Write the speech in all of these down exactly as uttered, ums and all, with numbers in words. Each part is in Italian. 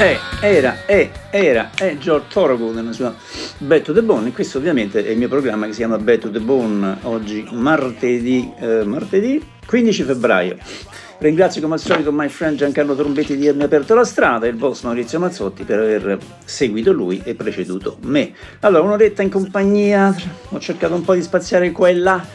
è, era, è, era, è George Thorogood nella sua Back to the Bone. E questo ovviamente è il mio programma che si chiama Back to the Bone, oggi martedì, eh, martedì quindici febbraio. Ringrazio come al solito my friend Giancarlo Trombetti di avermi aperto la strada e il boss Maurizio Mazzotti per aver seguito lui e preceduto me. Allora, un'oretta in compagnia, ho cercato un po' di spaziare qua e là.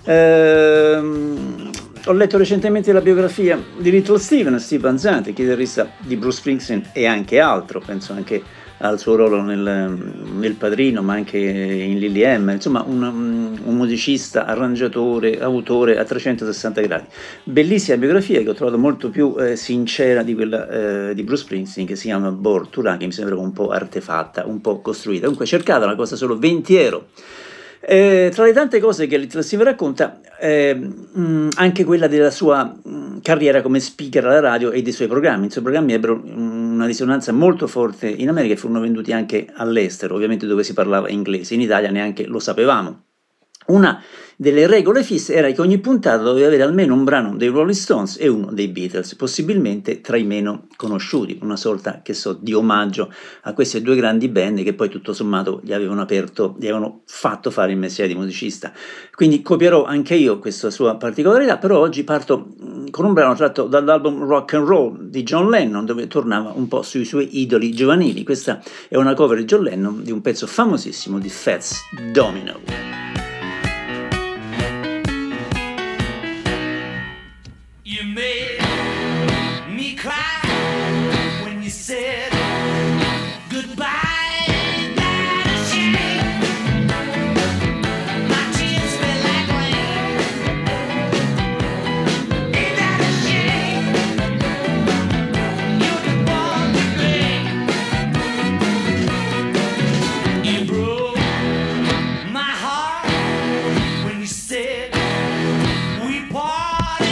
Ehm, ho letto recentemente la biografia di Little Steven, Steve Van Zandt, chitarrista di Bruce Springsteen e anche altro, penso anche al suo ruolo nel, nel Padrino, ma anche in Lily M, insomma un, un musicista, arrangiatore, autore a trecentosessanta gradi. Bellissima biografia che ho trovato molto più eh, sincera di quella eh, di Bruce Springsteen, che si chiama Born to Run, che mi sembra un po' artefatta, un po' costruita. Comunque cercatela, costa solo venti euro. Eh, tra le tante cose che Little Steven racconta, eh, mh, anche quella della sua mh, carriera come speaker alla radio e dei suoi programmi. I suoi programmi ebbero una risonanza molto forte in America e furono venduti anche all'estero, ovviamente dove si parlava inglese. In Italia neanche lo sapevamo. Una delle regole fisse era che ogni puntata doveva avere almeno un brano dei Rolling Stones e uno dei Beatles, possibilmente tra i meno conosciuti, una sorta, che so, di omaggio a queste due grandi band che poi tutto sommato gli avevano aperto, gli avevano fatto fare il mestiere di musicista. Quindi copierò anche io questa sua particolarità, però oggi parto con un brano tratto dall'album Rock and Roll di John Lennon, dove tornava un po' sui suoi idoli giovanili. Questa è una cover di John Lennon di un pezzo famosissimo di Fats Domino. You made me cry when you said goodbye. That a shame. My tears feel like rain. Ain't that a shame? You're the one to blame. You broke my heart when you said we parted.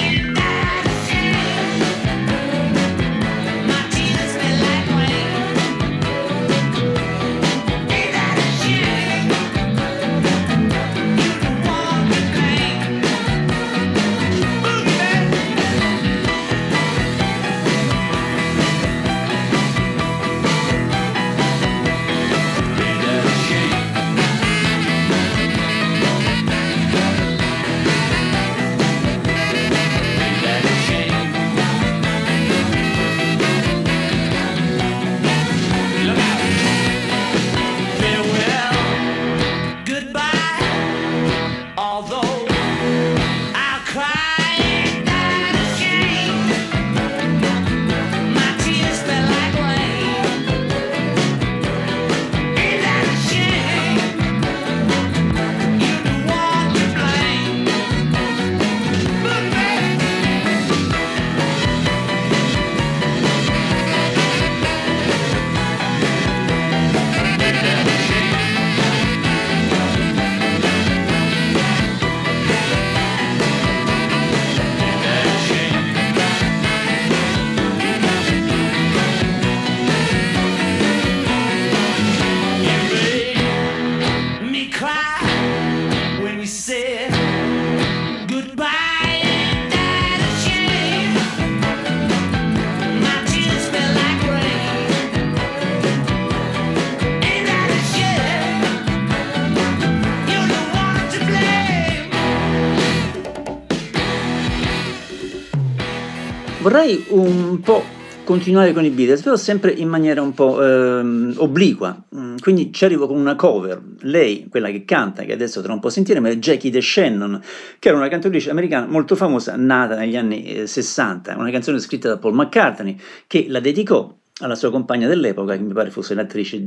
Vorrei un po' continuare con i Beatles, però sempre in maniera un po' ehm, obliqua, quindi ci arrivo con una cover. Lei, quella che canta, che adesso tra un po' sentiremo, è Jackie DeShannon, che era una cantautrice americana molto famosa, nata negli anni eh, sessanta, una canzone scritta da Paul McCartney, che la dedicò alla sua compagna dell'epoca, che mi pare fosse l'attrice,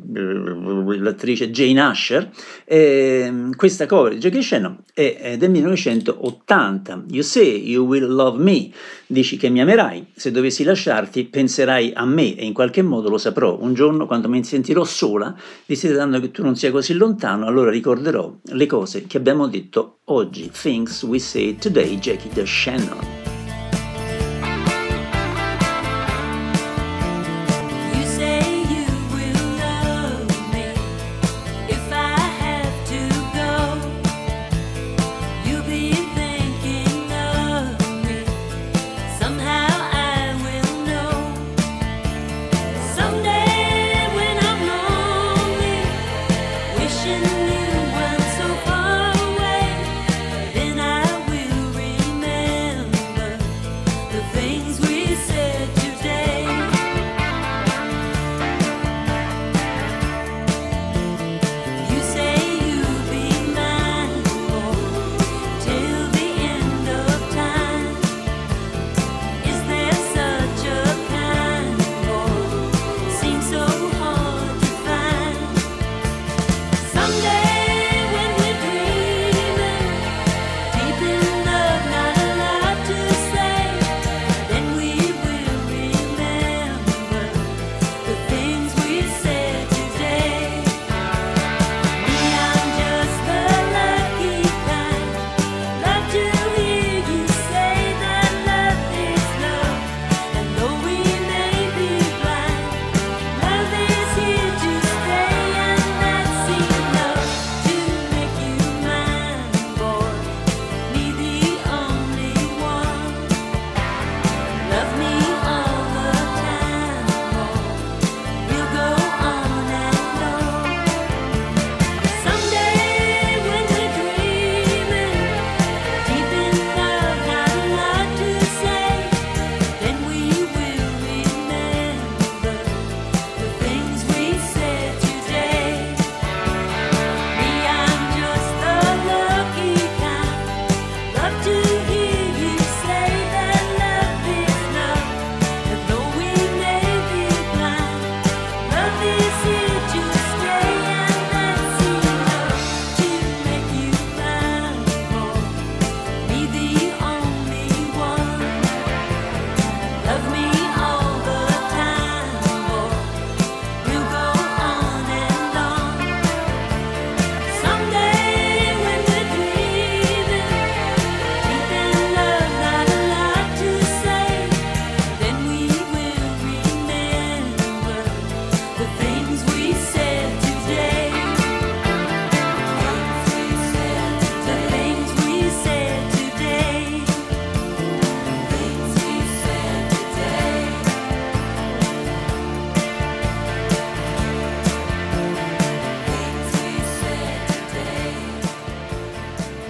l'attrice Jane Asher. E questa cover di Jackie Shannon è, è del millenovecentottanta. You say you will love me, dici che mi amerai, se dovessi lasciarti penserai a me e in qualche modo lo saprò. Un giorno quando mi sentirò sola, desiderando che tu non sia così lontano, allora ricorderò le cose che abbiamo detto oggi. Things we say today, Jackie DeShannon. So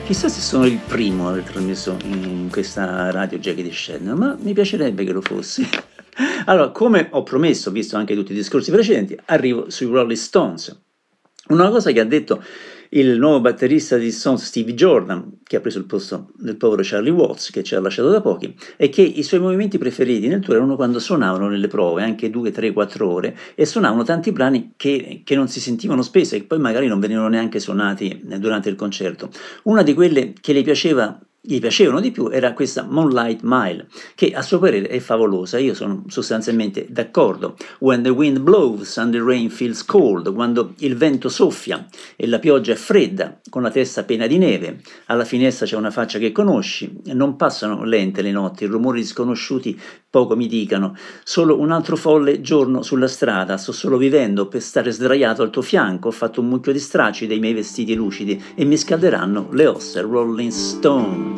Chissà se sono il primo a aver trasmesso in questa radio Jackie di Shannon, ma mi piacerebbe che lo fossi. Allora, come ho promesso, visto anche tutti i discorsi precedenti, arrivo sui Rolling Stones. Una cosa che ha detto il nuovo batterista di Stones, Steve Jordan, che ha preso il posto del povero Charlie Watts, che ci ha lasciato da pochi, è che i suoi movimenti preferiti nel tour erano quando suonavano nelle prove, anche due, tre, quattro ore, e suonavano tanti brani che, che non si sentivano spesso e che poi magari non venivano neanche suonati durante il concerto. Una di quelle che le piaceva gli piacevano di più era questa Moonlight Mile, che a suo parere è favolosa. Io sono sostanzialmente d'accordo. When the wind blows and the rain feels cold, quando il vento soffia e la pioggia è fredda, con la testa piena di neve, alla finestra c'è una faccia che conosci, non passano lente le notti, rumori sconosciuti poco mi dicano, solo un altro folle giorno sulla strada, sto solo vivendo per stare sdraiato al tuo fianco, ho fatto un mucchio di stracci dei miei vestiti lucidi e mi scalderanno le ossa. Rolling Stones.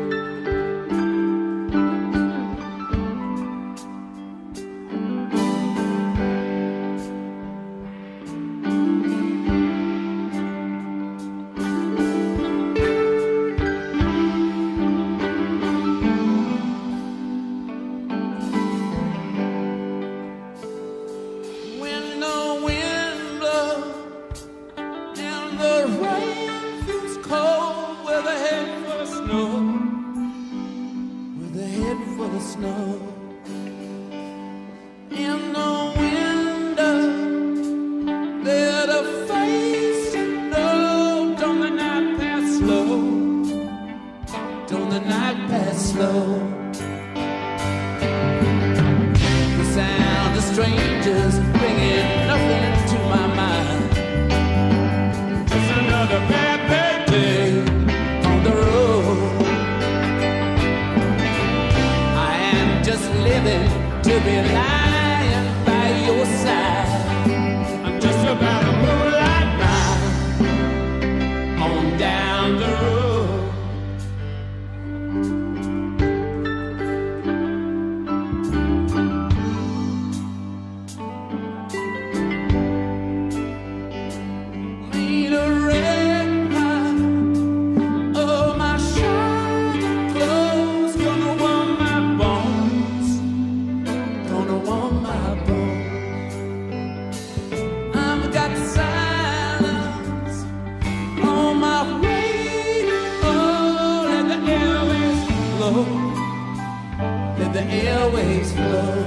When the wind blows and the rain feels cold, with a head full of snow, with a head full of snow. In the window, let a face you know. Don't the night pass slow? Don't the night pass slow? The sound of strangers bringing nothing to my mind. Just another bad, bad day on the road. I am just living to be lying by your side. I'm just about a moonlight mile on down the road. Made a red pie of my shining clothes, gonna warm my bones, gonna warm my bones. I've got silence on my radio, let the airwaves flow, let the airwaves flow.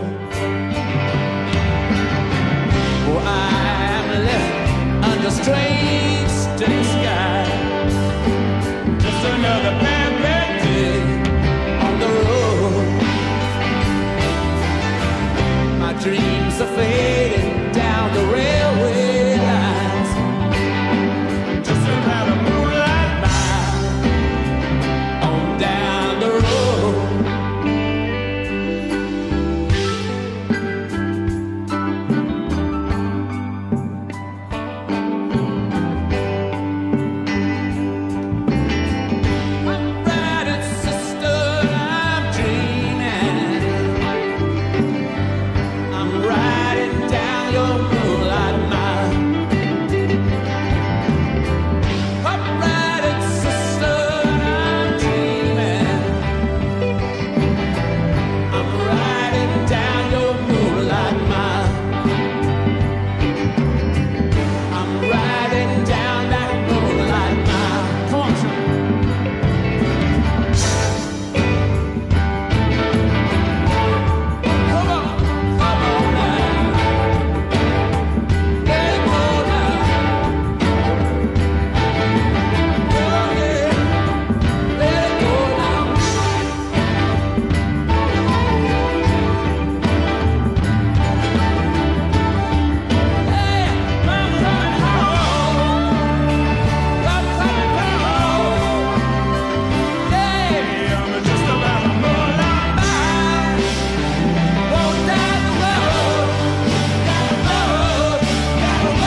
Oh, I'm left under strange steady sky. Just another bad, bad day on the road. My dreams are fading down the railway lines. Just another moonlight mile on down the road. I'm riding, sister, I'm dreaming. I'm riding down your moonlight mile. I'm riding, sister, I'm dreaming. I'm riding down your moonlight mile. I'm riding down that moonlight mile. Come on, Sean. Come on, come on now. Let it go now. Oh yeah, let it go now. Hey, I'm coming home. I'm coming home. Yeah, I'm just about a moonlight mile. Go down the road, down the road, down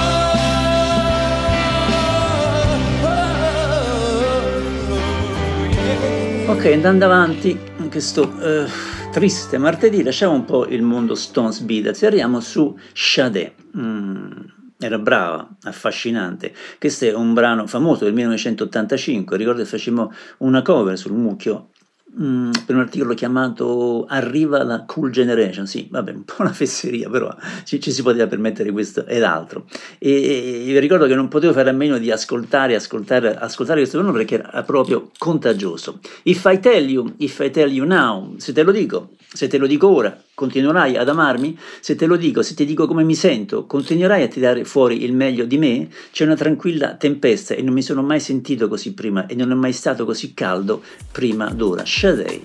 the road. Yeah. Ok, andando avanti, in questo eh, triste martedì, lasciamo un po' il mondo Stones Beatles e arriviamo su Sade. Mm, era brava, affascinante. Questo è un brano famoso del millenovecentottantacinque, ricordo che facemmo una cover sul mucchio mm, per un articolo chiamato Arriva la Cool Generation, sì, vabbè, un po' una fesseria, però ci, ci si poteva permettere questo ed altro. E, e vi ricordo che non potevo fare a meno di ascoltare, ascoltare, ascoltare questo brano perché era proprio contagioso. If I tell you, if I tell you now, se te lo dico, se te lo dico ora, continuerai ad amarmi? Se te lo dico, se ti dico come mi sento, continuerai a tirare fuori il meglio di me? C'è una tranquilla tempesta e non mi sono mai sentito così prima e non è mai stato così caldo prima d'ora. Sade.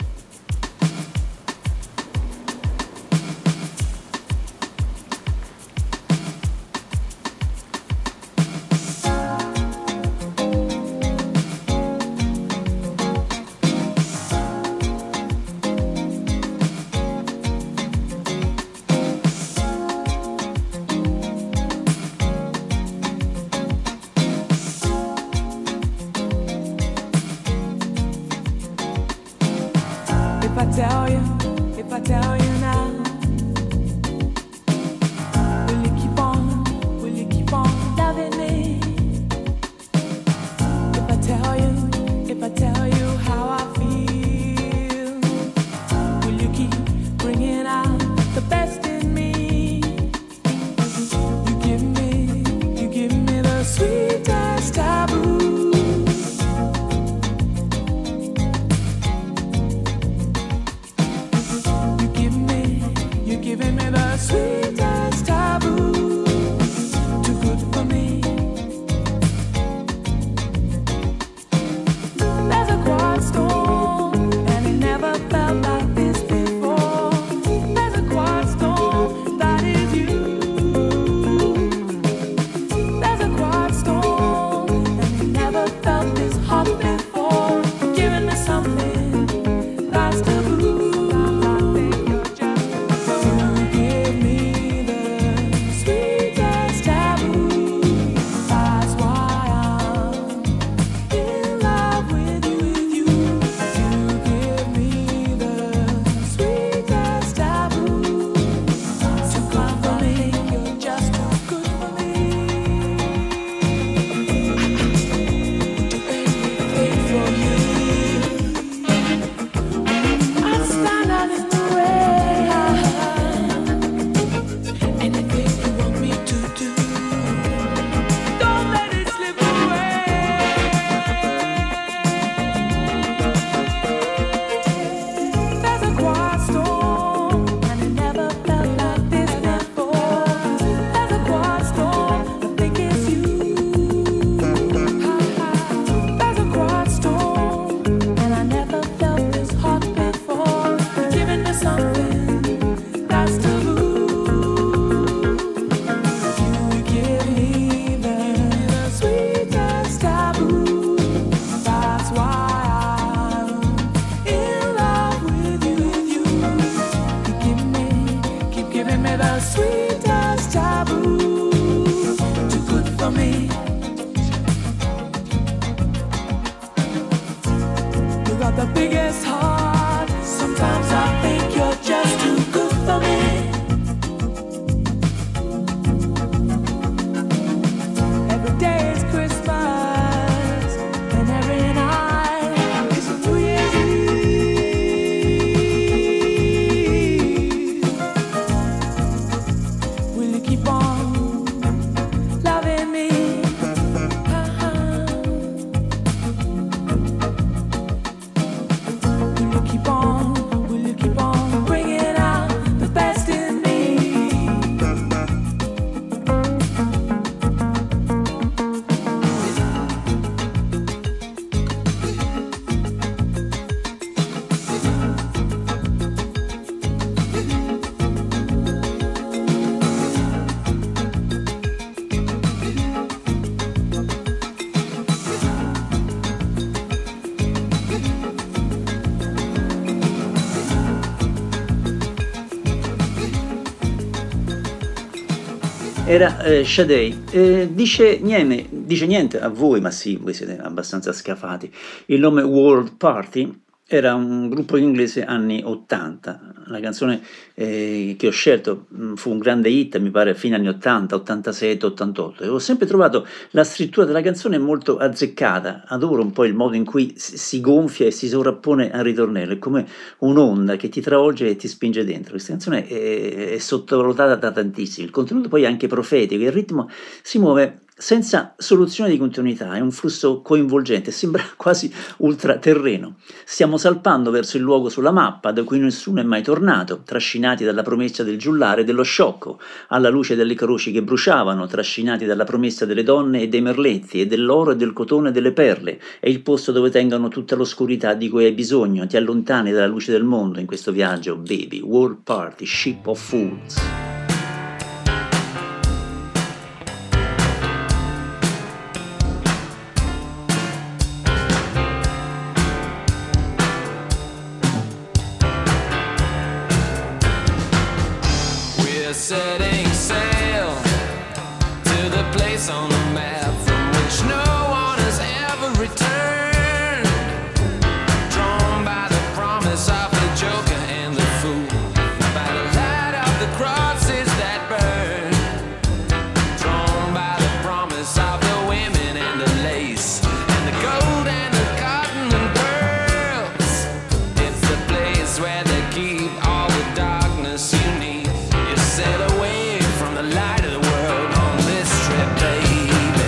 If I tell you, if I tell you now, will you keep on, will you keep on loving me? If I tell you, if I tell you how I feel, will you keep bringing out the best in me? You give me, you give me the sweetest taboo. Giving me the sweetest taboo, too good for me. There's a quiet storm, and it never felt like this before. There's a quiet storm, that is you. There's a quiet storm, and it never felt this hot before. Giving me something that's taboo. The biggest heart. Sometimes I think you're just too good for me. Every day is Christmas, and every night is a New Year's Eve. Will you keep on loving me? Keep on, will you keep on bringing out the best in me? Era eh, Sade, eh, dice, niente, dice niente a voi, ma sì, voi siete abbastanza scafati. Il nome World Party Era un gruppo inglese anni 'ottanta. La canzone, ehm, che ho scelto, mhmm, fu un grande hit, mi pare a fine anni 'ottanta, 'ottantasette, 'ottantotto, e ho sempre trovato la scrittura della canzone molto azzeccata. Adoro un po' il modo in cui s si gonfia e si sovrappone al ritornello, è come un'onda che ti travolge e ti spinge dentro. Questa canzone è è sottovalutata da tantissimi. Il contenuto poi è anche profetico, il ritmo si muove senza soluzione di continuità, è un flusso coinvolgente, sembra quasi ultraterreno. Stiamo salpando verso il luogo sulla mappa da cui nessuno è mai tornato, trascinati dalla promessa del giullare e dello sciocco, alla luce delle croci che bruciavano, trascinati dalla promessa delle donne e dei merletti, e dell'oro e del cotone e delle perle. È il posto dove tengono tutta l'oscurità di cui hai bisogno, ti allontani dalla luce del mondo in questo viaggio, baby, world party, ship of fools. We're setting sail to the place on the map from which no one has ever returned. Drawn by the promise of the joker and the fool, by the light of the crosses that burn. Drawn by the promise of the women and the lace, and the gold and the cotton and pearls. It's the place where they keep all the darkness you need. You sail away from the light of the world on this trip, baby.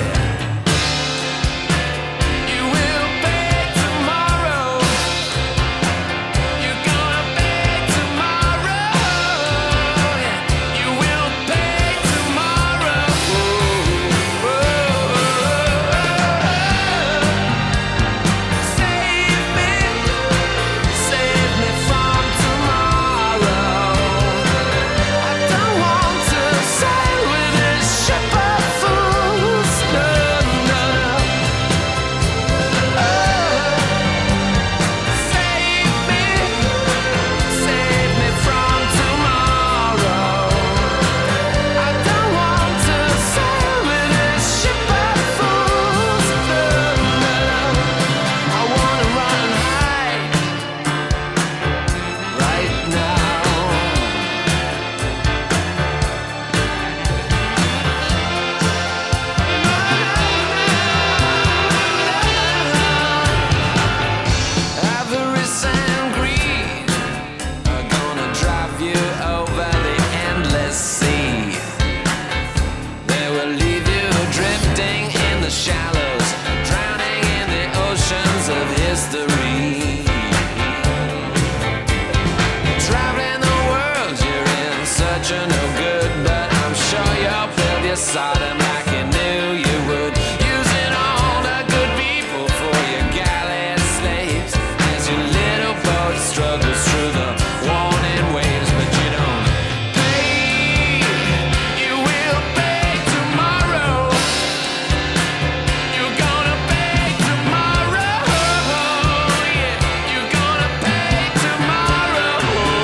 You will pay tomorrow. You're gonna pay tomorrow. Yeah. You will pay tomorrow. Save me, save me from tomorrow. I don't want to sail with this ship of fools. No, no, no. Save me, save me from tomorrow. I don't want to sail with this ship of fools. No, no, no. I wanna run and hide right now. Avarice and greed are gonna drive you over the endless sea. They will leave you drifting in the shallows, drowning in the oceans of history. Traveling the world, you're in search of no good, but I'm sure you'll build your Sodom like you knew you would. Using all the good people for your galley slaves, as your little boat struggles through the warning waves, but you don't pay. You will pay tomorrow. You're gonna pay tomorrow. Yeah, you're gonna pay tomorrow.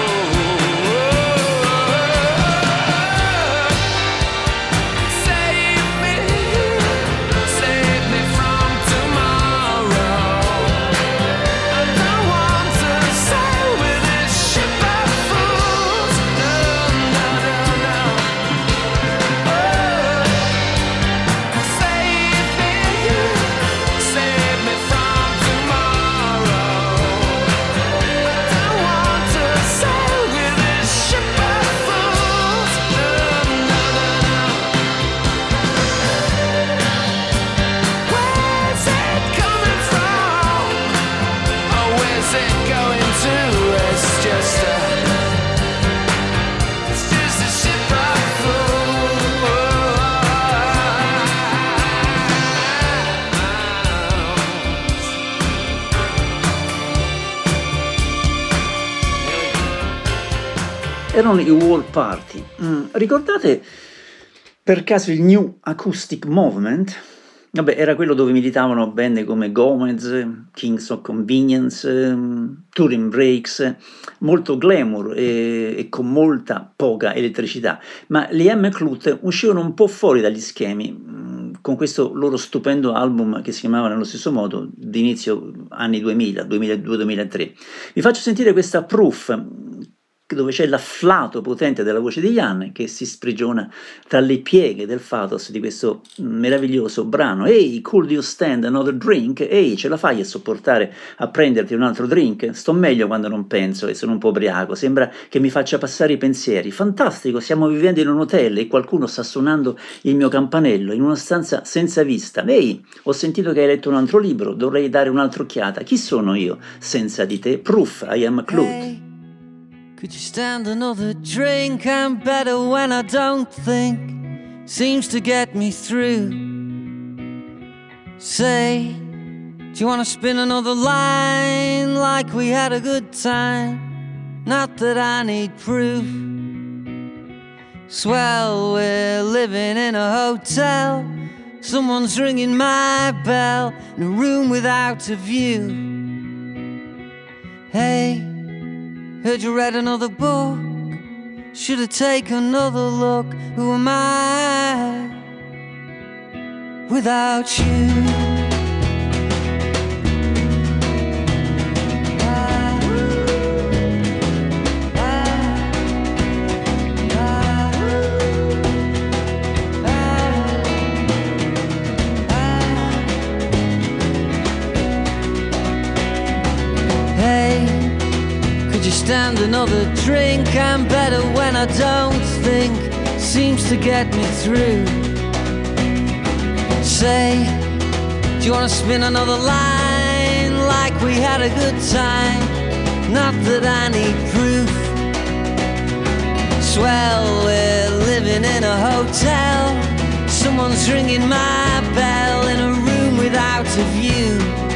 Save me, save me from tomorrow. I don't want to sail with this ship of fools. No, no, no, no. Save me, save me from tomorrow. I don't want to sail with this ship of fools. No, no, no, no. Where's it coming from? Oh, where's it going to? It's just a, it's just a ship of fools. Erano i World Party. Mm, ricordate per caso il New Acoustic Movement? Vabbè, era quello dove militavano band come Gomez, Kings of Convenience, ehm, Turing Breaks, molto glamour e, e con molta poca elettricità, ma gli M. Clute uscivano un po' fuori dagli schemi, mm, con questo loro stupendo album che si chiamava nello stesso modo, di inizio anni duemila, duemiladue duemilatré. Vi faccio sentire questa Proof, dove c'è l'afflato potente della voce di Ian che si sprigiona tra le pieghe del pathos di questo meraviglioso brano. Ehi, could you stand another drink? Ehi, ce la fai a sopportare a prenderti un altro drink? Sto meglio quando non penso e sono un po' ubriaco, sembra che mi faccia passare i pensieri. Fantastico, stiamo vivendo in un hotel e qualcuno sta suonando il mio campanello in una stanza senza vista. Ehi, ho sentito che hai letto un altro libro, dovrei dare un'altra occhiata. Chi sono io senza di te? Proof, I am Clute. Hey. Could you stand another drink? I'm better when I don't think. Seems to get me through. Say, do you wanna spin another line like we had a good time? Not that I need proof. Swell, we're living in a hotel. Someone's ringing my bell in a room without a view. Hey, heard you read another book. Should I take another look? Who am I without you? Stand another drink. I'm better when I don't think. Seems to get me through. Say, do you wanna spin another line like we had a good time? Not that I need proof. Swell, we're living in a hotel. Someone's ringing my bell in a room without a view.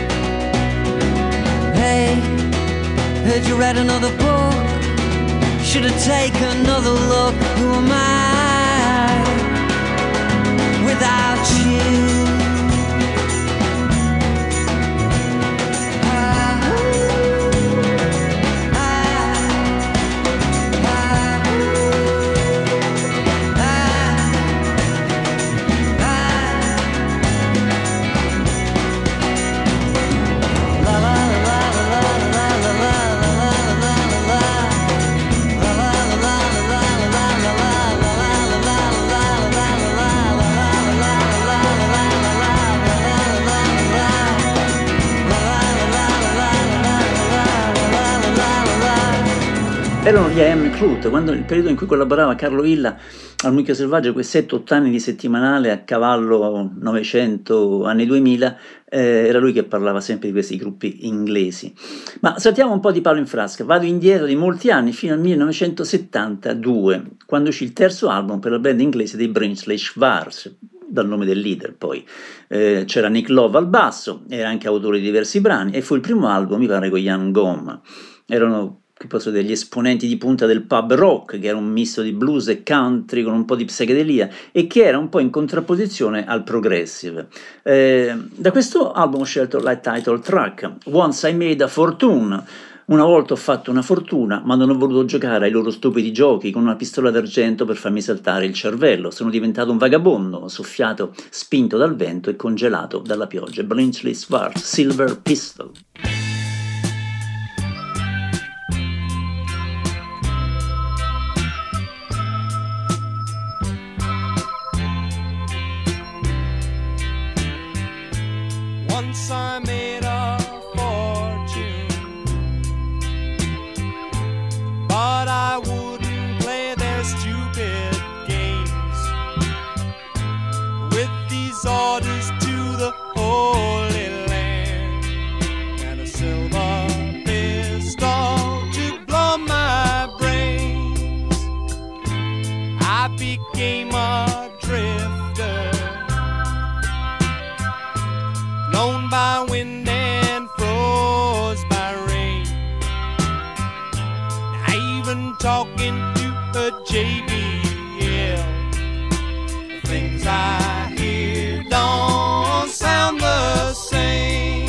Hey, heard you read another book. Should I take another look? Who am I without you? Erano gli I Am Clute, quando il periodo in cui collaborava Carlo Villa al Mucchio Selvaggio, quei sette otto anni di settimanale a cavallo novecento anni duemila, eh, era lui che parlava sempre di questi gruppi inglesi. Ma saltiamo un po' di palo in frasca, vado indietro di molti anni fino al millenovecentosettantadue, quando uscì il terzo album per la band inglese dei Brinsley Schwarz, dal nome del leader poi. Eh, c'era Nick Love al basso, era anche autore di diversi brani, e fu il primo album, mi pare, con Ian Gom. Erano, che posso dire, degli esponenti di punta del pub rock, che era un misto di blues e country con un po' di psichedelia e che era un po' in contrapposizione al progressive. Eh, da questo album ho scelto la title track, Once I Made a Fortune. Una volta ho fatto una fortuna, ma non ho voluto giocare ai loro stupidi giochi con una pistola d'argento per farmi saltare il cervello. Sono diventato un vagabondo, soffiato, spinto dal vento e congelato dalla pioggia. Brinsley Schwarz, Silver Pistol. Once I made a fortune, but I wouldn't play their stupid games. With these orders to the Holy Land and a silver pistol to blow my brains, I became a drifter, blown by wind and froze by rain. Not even talking to a J B L, the things I hear don't sound the same.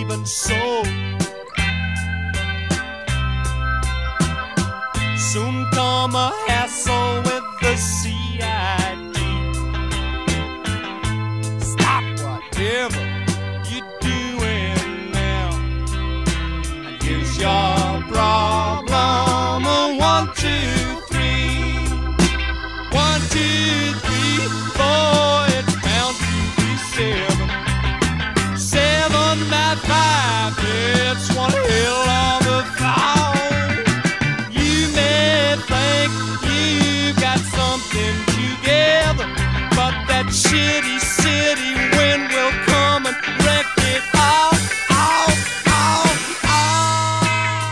even so. Soon come a hassle with the C I D. Stop whatever you're doing now, and here's your problem. A one, two, three. One, two, three, four. It's bound to be seven. Seven by five. It's one hell of a fall. Together, but that shitty city wind will come and wreck it all, all, all, all.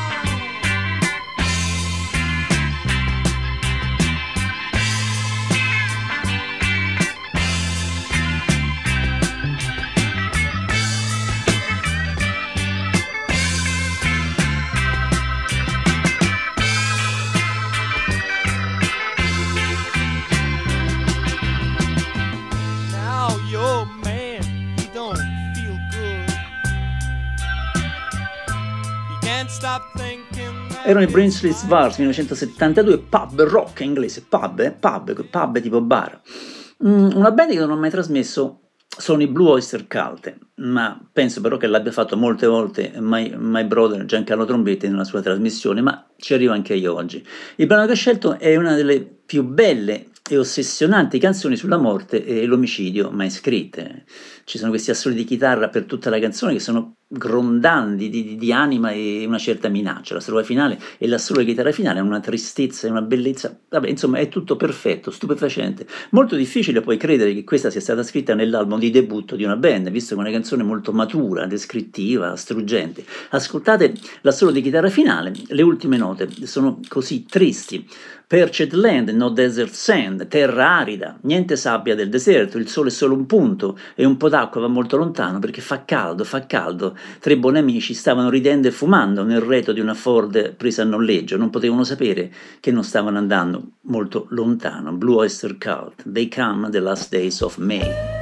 Erano i Brinsley Schwarz, millenovecentosettantadue, pub rock inglese, pub, eh? pub, pub tipo bar. Mm, una band che non ho mai trasmesso sono i Blue Oyster Cult, ma penso però che l'abbia fatto molte volte My, My Brother Giancarlo Trombetti nella sua trasmissione, ma ci arrivo anche io oggi. Il brano che ho scelto è una delle più belle e ossessionanti canzoni sulla morte e l'omicidio mai scritte. Ci sono questi assoli di chitarra per tutta la canzone che sono grondanti di, di, di anima e una certa minaccia. La strofa finale e l'assolo di chitarra finale hanno una tristezza e una bellezza, vabbè, insomma è tutto perfetto, stupefacente. Molto difficile poi credere che questa sia stata scritta nell'album di debutto di una band, visto che è una canzone molto matura, descrittiva, struggente. Ascoltate l'assolo di chitarra finale, le ultime note sono così tristi. Perched land, no desert sand, terra arida, niente sabbia del deserto, il sole è solo un punto e un po' d'acqua va molto lontano perché fa caldo, fa caldo. Tre buoni amici stavano ridendo e fumando nel retro di una Ford presa a noleggio, non potevano sapere che non stavano andando molto lontano. Blue Oyster Cult, They Come the Last Days of May.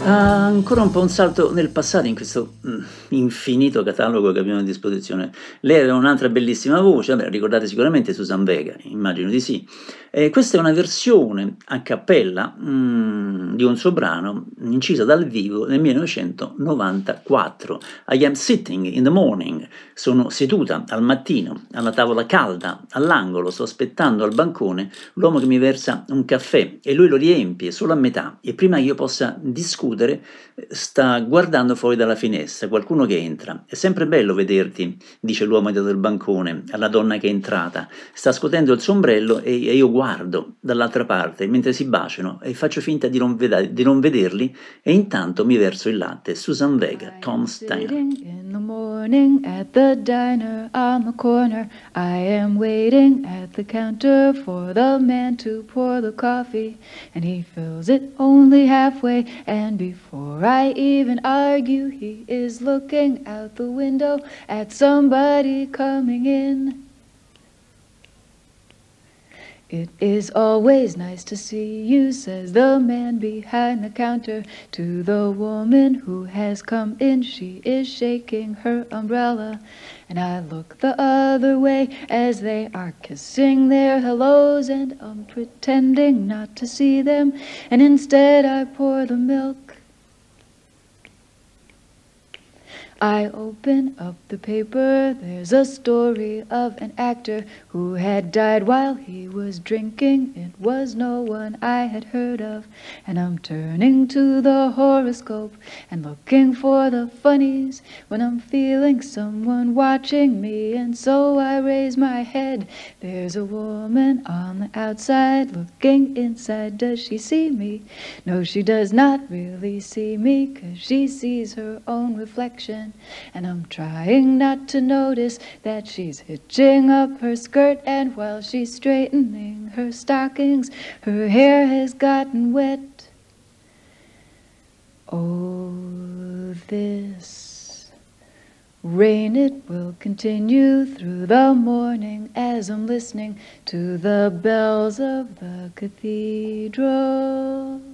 Ah, ancora un po' un salto nel passato in questo mm, infinito catalogo che abbiamo a disposizione. Lei aveva un'altra bellissima voce, vabbè, ricordate sicuramente Susan Vega, immagino di sì. Eh, questa è una versione a cappella mm, di un suo brano incisa dal vivo nel millenovecentonovantaquattro. I am sitting in the morning, sono seduta al mattino alla tavola calda all'angolo, sto aspettando al bancone l'uomo che mi versa un caffè e lui lo riempie solo a metà e prima che io possa discutere sta guardando fuori dalla finestra, qualcuno che entra. È sempre bello vederti, dice l'uomo dietro il bancone alla donna che è entrata, sta scuotendo il suo ombrello e, e io guardo dall'altra parte mentre si baciano e faccio finta di non, veda- di non vederli e intanto mi verso il latte. Susan Vega, Tom Steiner. In the morning at the diner on the corner, I am waiting at the counter for the man to pour the coffee, and he fills it only halfway, and before I even argue, he is looking out the window at somebody coming in. It is always nice to see you, says the man behind the counter to the woman who has come in. She is shaking her umbrella, and I look the other way as they are kissing their hellos, and I'm pretending not to see them, and instead I pour the milk. I open up the paper, there's a story of an actor who had died while he was drinking. It was no one I had heard of, and I'm turning to the horoscope and looking for the funnies when I'm feeling someone watching me, and so I raise my head. There's a woman on the outside looking inside. Does she see me? No, she does not really see me, 'cause she sees her own reflection. And I'm trying not to notice that she's hitching up her skirt, and while she's straightening her stockings, her hair has gotten wet. Oh, this rain, it will continue through the morning as I'm listening to the bells of the cathedral.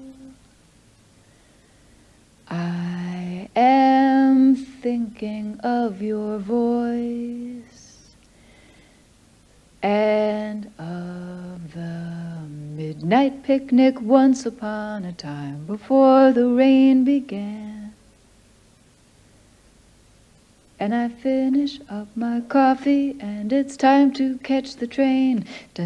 I am thinking of your voice and of the midnight picnic once upon a time before the rain began. And I finish up my coffee and it's time to catch the train.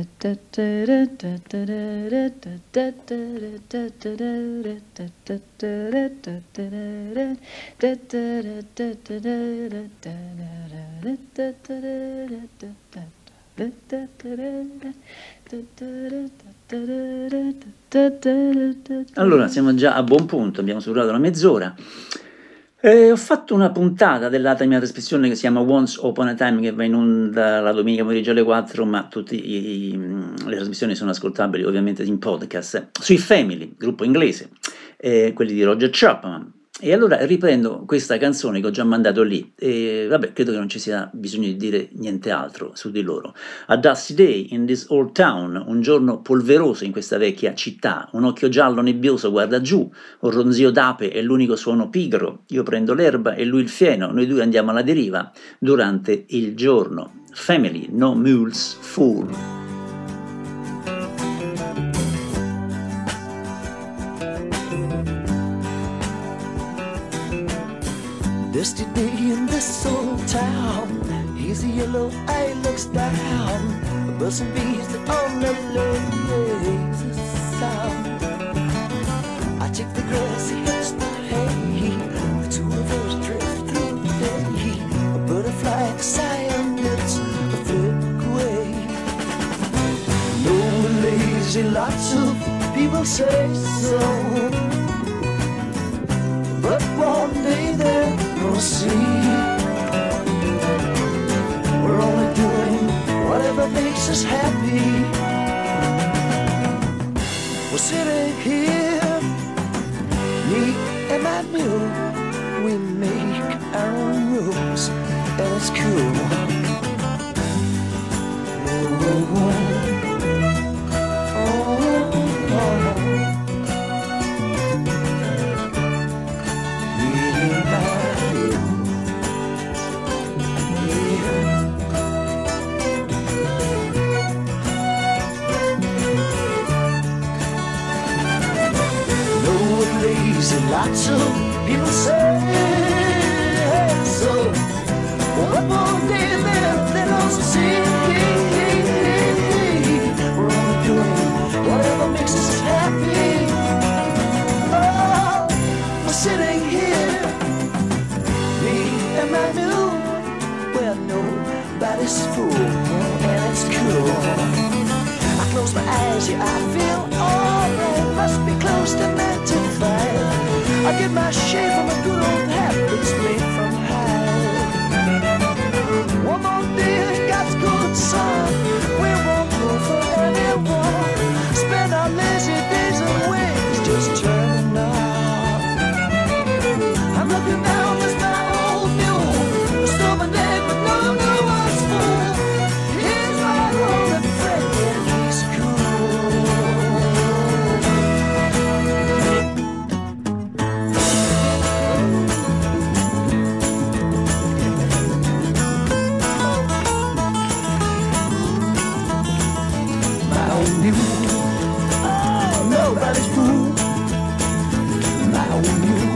Allora, siamo già a buon punto, abbiamo superato la mezz'ora. Eh, ho fatto una puntata dell'altra mia trasmissione che si chiama Once Upon a Time, che va in onda la domenica pomeriggio alle quattro, ma tutte le trasmissioni sono ascoltabili ovviamente in podcast, sui Family, gruppo inglese, eh, quelli di Roger Chapman. E allora riprendo questa canzone che ho già mandato lì, e vabbè, credo che non ci sia bisogno di dire niente altro su di loro. A dusty day in this old town, un giorno polveroso in questa vecchia città, un occhio giallo nebbioso guarda giù, un ronzio d'ape è l'unico suono pigro, io prendo l'erba e lui il fieno, noi due andiamo alla deriva durante il giorno. Family, no mules, fool. Dusty day in this old town. Here's a yellow eye looks down. A buzzing bees that on the lazy sound. I check the grass, he hits the hay. The two of us drift through the day. A butterfly, a sigh, and it's a flick away. No, we're lazy, lots of people say so. But one day they're gonna see we're only doing whatever makes us happy. We're sitting here, me and my mule. We make our own rules, and it's cool. Oh, oh, oh, oh, oh. Lots of people say so. One more day left, then I'll see. We're all doing whatever makes us happy. Oh, we're sitting here, me and my new, well, nobody's fool, and it's cool. I close my eyes, yeah, I feel alright. Must be close to nine to five. I get my shade from a good old habits made from high. One more day, God's good son. We won't go for anyone. Spend our lazy days and ways just turning on. I'm looking down this my old mule. Stole my neck, but no, no one's full. Here's my only friend, and he's cool. My old mule, oh, nobody's fool. My old mule.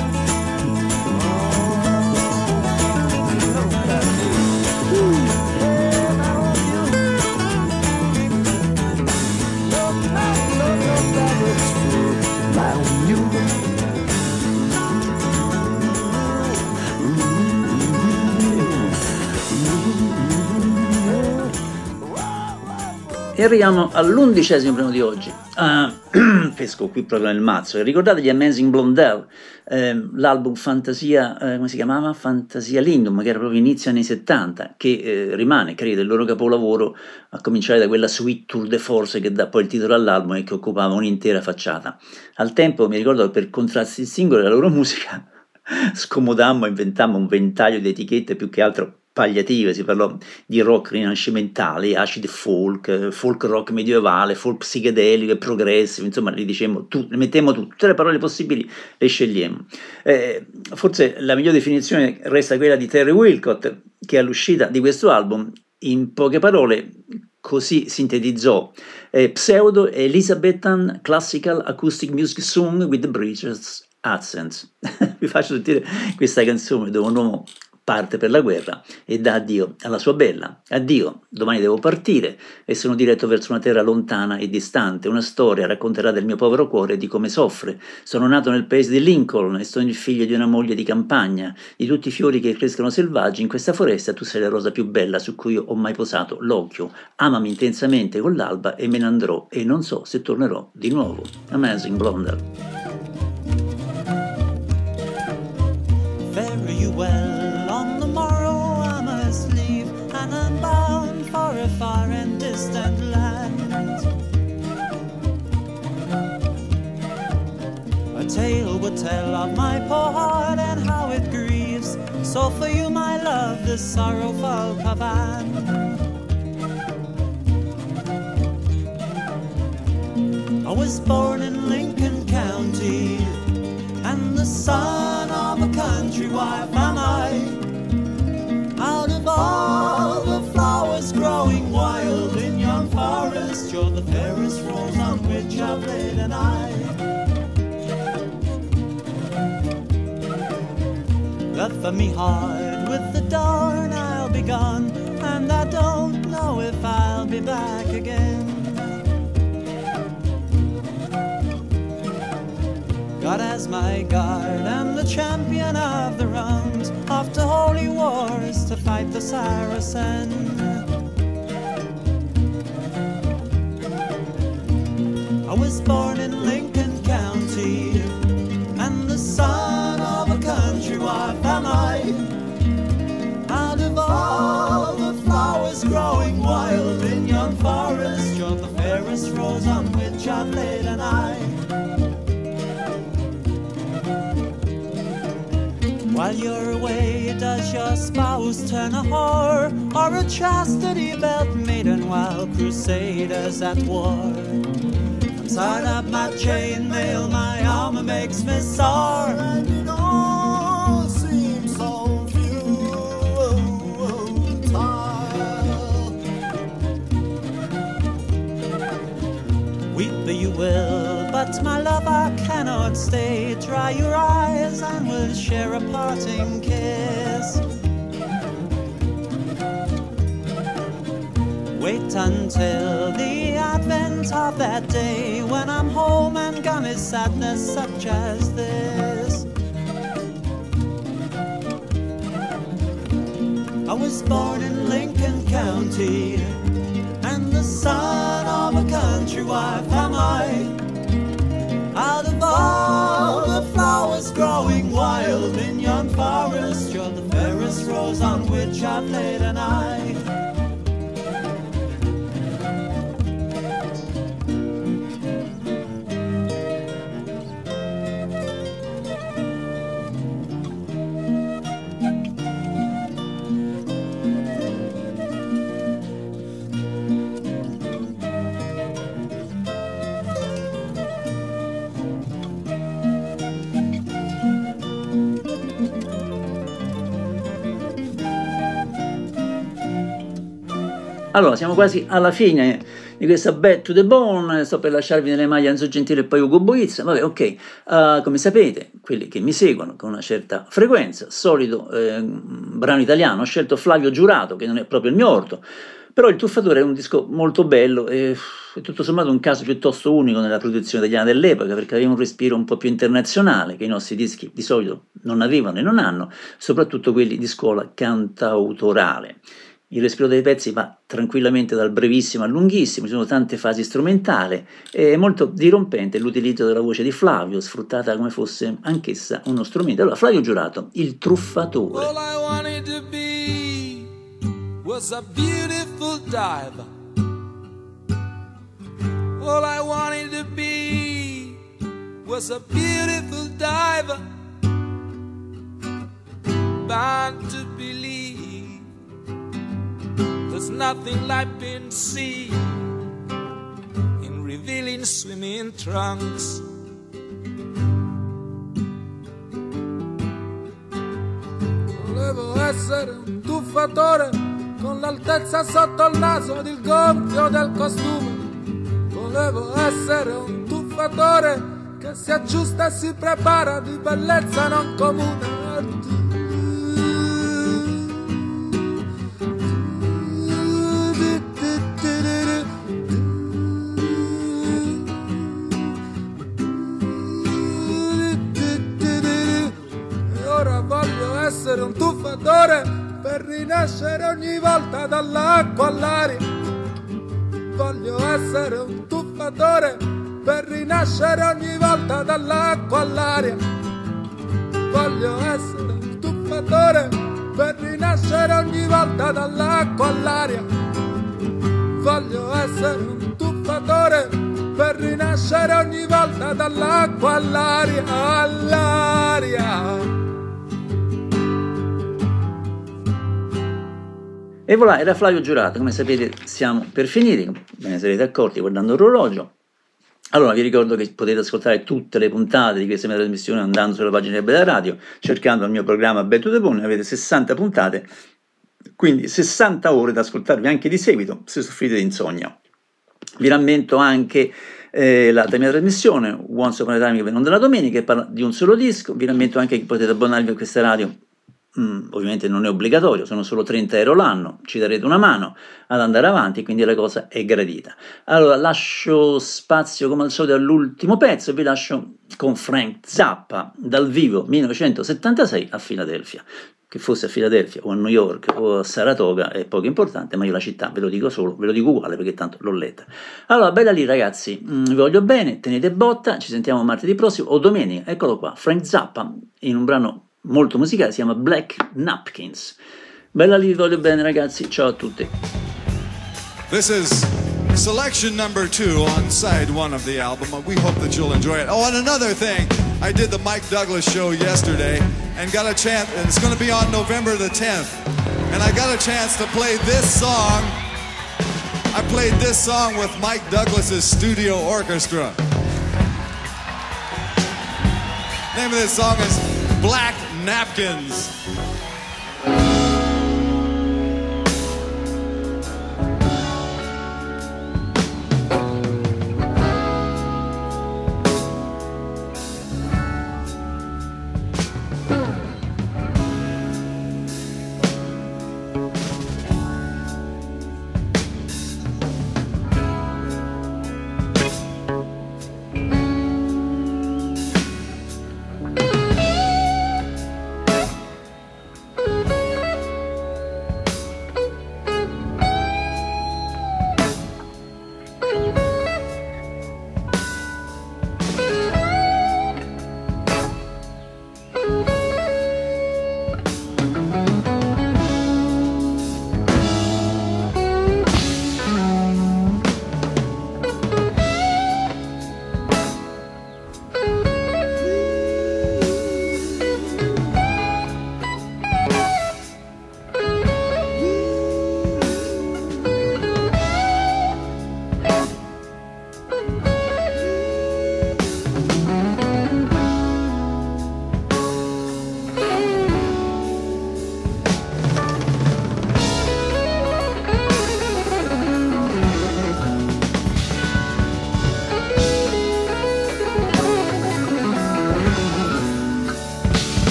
E arriviamo all'undicesimo brano di oggi. Uh, pesco qui proprio nel mazzo. Ricordate gli Amazing Blondell, eh, l'album Fantasia, eh, come si chiamava? Fantasia Lindum, che era proprio inizio anni settanta, che eh, rimane, credo, il loro capolavoro, a cominciare da quella Sweet Tour de Force che dà poi il titolo all'album e che occupava un'intera facciata. Al tempo mi ricordo che per contraddistinguere la loro musica scomodammo, inventammo un ventaglio di etichette più che altro palliative. Si parlò di rock rinascimentale, acid folk, folk rock medievale, folk psichedelico e progressive, insomma li dicemmo tu, le mettemmo tutte le parole possibili, le scegliemmo. Eh, forse la miglior definizione resta quella di Terry Wilcott, che all'uscita di questo album in poche parole così sintetizzò: eh, pseudo Elizabethan classical acoustic music sung with the British accent. Vi faccio sentire questa canzone dove un uomo parte per la guerra e dà addio alla sua bella. Addio, domani devo partire e sono diretto verso una terra lontana e distante. Una storia racconterà del mio povero cuore e di come soffre. Sono nato nel paese di Lincoln e sono il figlio di una moglie di campagna. Di tutti i fiori che crescono selvaggi in questa foresta tu sei la rosa più bella su cui ho mai posato l'occhio. Amami intensamente con l'alba e me ne andrò e non so se tornerò di nuovo. Amazing Blondell. Fare you well. On the morrow I must leave, and I'm bound for a far and distant land. A tale would tell of my poor heart and how it grieves. So for you, my love, this sorrowful pavan. I was born in Lincoln County, and the son of a country wife am I. Out of all the flowers growing wild in yon forest, you're the fairest rose on which I've laid an eye. Left for me hard with the dawn, I'll be gone, and I don't know if I'll be back again. God as my guard, I'm the champion of the round, off to holy wars to fight the Saracen. I was born in Lincoln County, and the son of a country wife am I. Out of all the flowers growing wild in yon forest, you're the fairest rose on which I've laid an eye. While you're away, does your spouse turn a whore, or a chastity belt maiden while crusaders at war? I'm tied up my chainmail, my armor makes me sore, and it all seems so futile. Weep you will, but But my love, I cannot stay. Dry your eyes and we'll share a parting kiss. Wait until the advent of that day when I'm home and gone is sadness such as this. I was born in Lincoln County, and the son of a country wife am I. Out of all the flowers growing wild in yon forest, you're the fairest rose on which I've laid an eye. Allora, siamo quasi alla fine di questa Bad to the Bone, sto per lasciarvi nelle maglie Enzo Gentile e poi Ugo Boizza. Vabbè, ok, uh, come sapete, quelli che mi seguono con una certa frequenza, solito eh, brano italiano, ho scelto Flavio Giurato, che non è proprio il mio orto, però Il Tuffatore è un disco molto bello e è tutto sommato un caso piuttosto unico nella produzione italiana dell'epoca, perché aveva un respiro un po' più internazionale, che i nostri dischi di solito non avevano e non hanno, soprattutto quelli di scuola cantautorale. Il respiro dei pezzi va tranquillamente dal brevissimo al lunghissimo, ci sono tante fasi strumentali, è molto dirompente l'utilizzo della voce di Flavio, sfruttata come fosse anch'essa uno strumento. Allora, Flavio Giurato, Il Truffatore. All I wanted to be was a beautiful diver. All I wanted to be was a beautiful diver. Bound to believe there's nothing life can see in revealing swimming trunks. Volevo essere un tuffatore con l'altezza sotto il naso ed il gonfio del costume. Volevo essere un tuffatore che si aggiusta e si prepara di bellezza non comune. Essere un tuffatore per rinascere ogni volta dall'acqua all'aria. Voglio essere un tuffatore per rinascere ogni volta dall'acqua all'aria. Voglio essere un tuffatore per rinascere ogni volta dall'acqua all'aria. Voglio essere un tuffatore per rinascere ogni volta dall'acqua all'aria, all'aria. E voilà, era Flavio Giurato, come sapete siamo per finire, ve ne sarete accorti guardando l'orologio. Allora vi ricordo che potete ascoltare tutte le puntate di questa mia trasmissione andando sulla pagina web della radio, cercando il mio programma Bad to the Bone, avete sessanta puntate, quindi sessanta ore da ascoltarvi anche di seguito se soffrite di insonnia. Vi rammento anche eh, l'altra mia trasmissione, Once Upon a Time, che non della domenica, che parla di un solo disco. Vi rammento anche che potete abbonarvi a questa radio. Mm, ovviamente non è obbligatorio, sono solo trenta euro l'anno, ci darete una mano ad andare avanti, quindi la cosa è gradita. Allora lascio spazio come al solito all'ultimo pezzo e vi lascio con Frank Zappa dal vivo millenovecentosettantasei a Filadelfia. Che fosse a Filadelfia o a New York o a Saratoga è poco importante, ma io la città ve lo dico solo, ve lo dico uguale perché tanto l'ho letta. Allora, bella lì ragazzi, mm, vi voglio bene, tenete botta, ci sentiamo martedì prossimo o domenica, eccolo qua, Frank Zappa in un brano molto musicale, si chiama Black Napkins. Bella lì, vi voglio bene ragazzi, ciao a tutti. This is selection number two on side one of the album. We hope that you'll enjoy it. Oh, and another thing, I did the Mike Douglas show yesterday and got a chance, and it's going to be on November the tenth, and I got a chance to play this song. I played this song with Mike Douglas's studio orchestra. The name of this song is Black Napkins.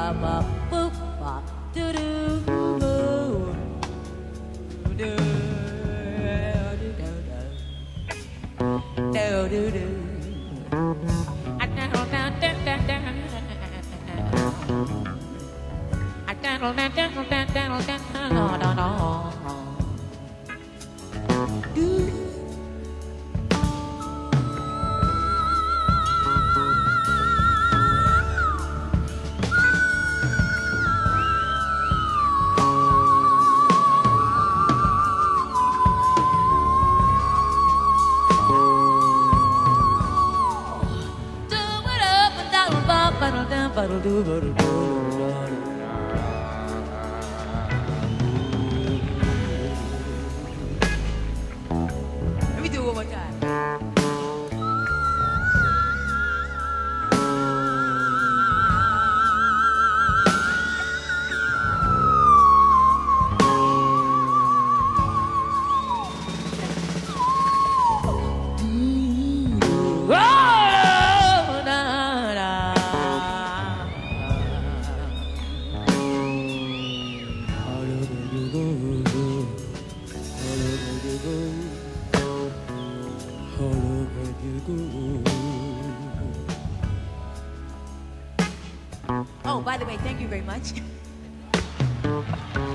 ba ba boop ba do do boo do do do do. I down down down down down. I down down down down down down down down down. Let me do it one more time. Oh, by the way, thank you very much.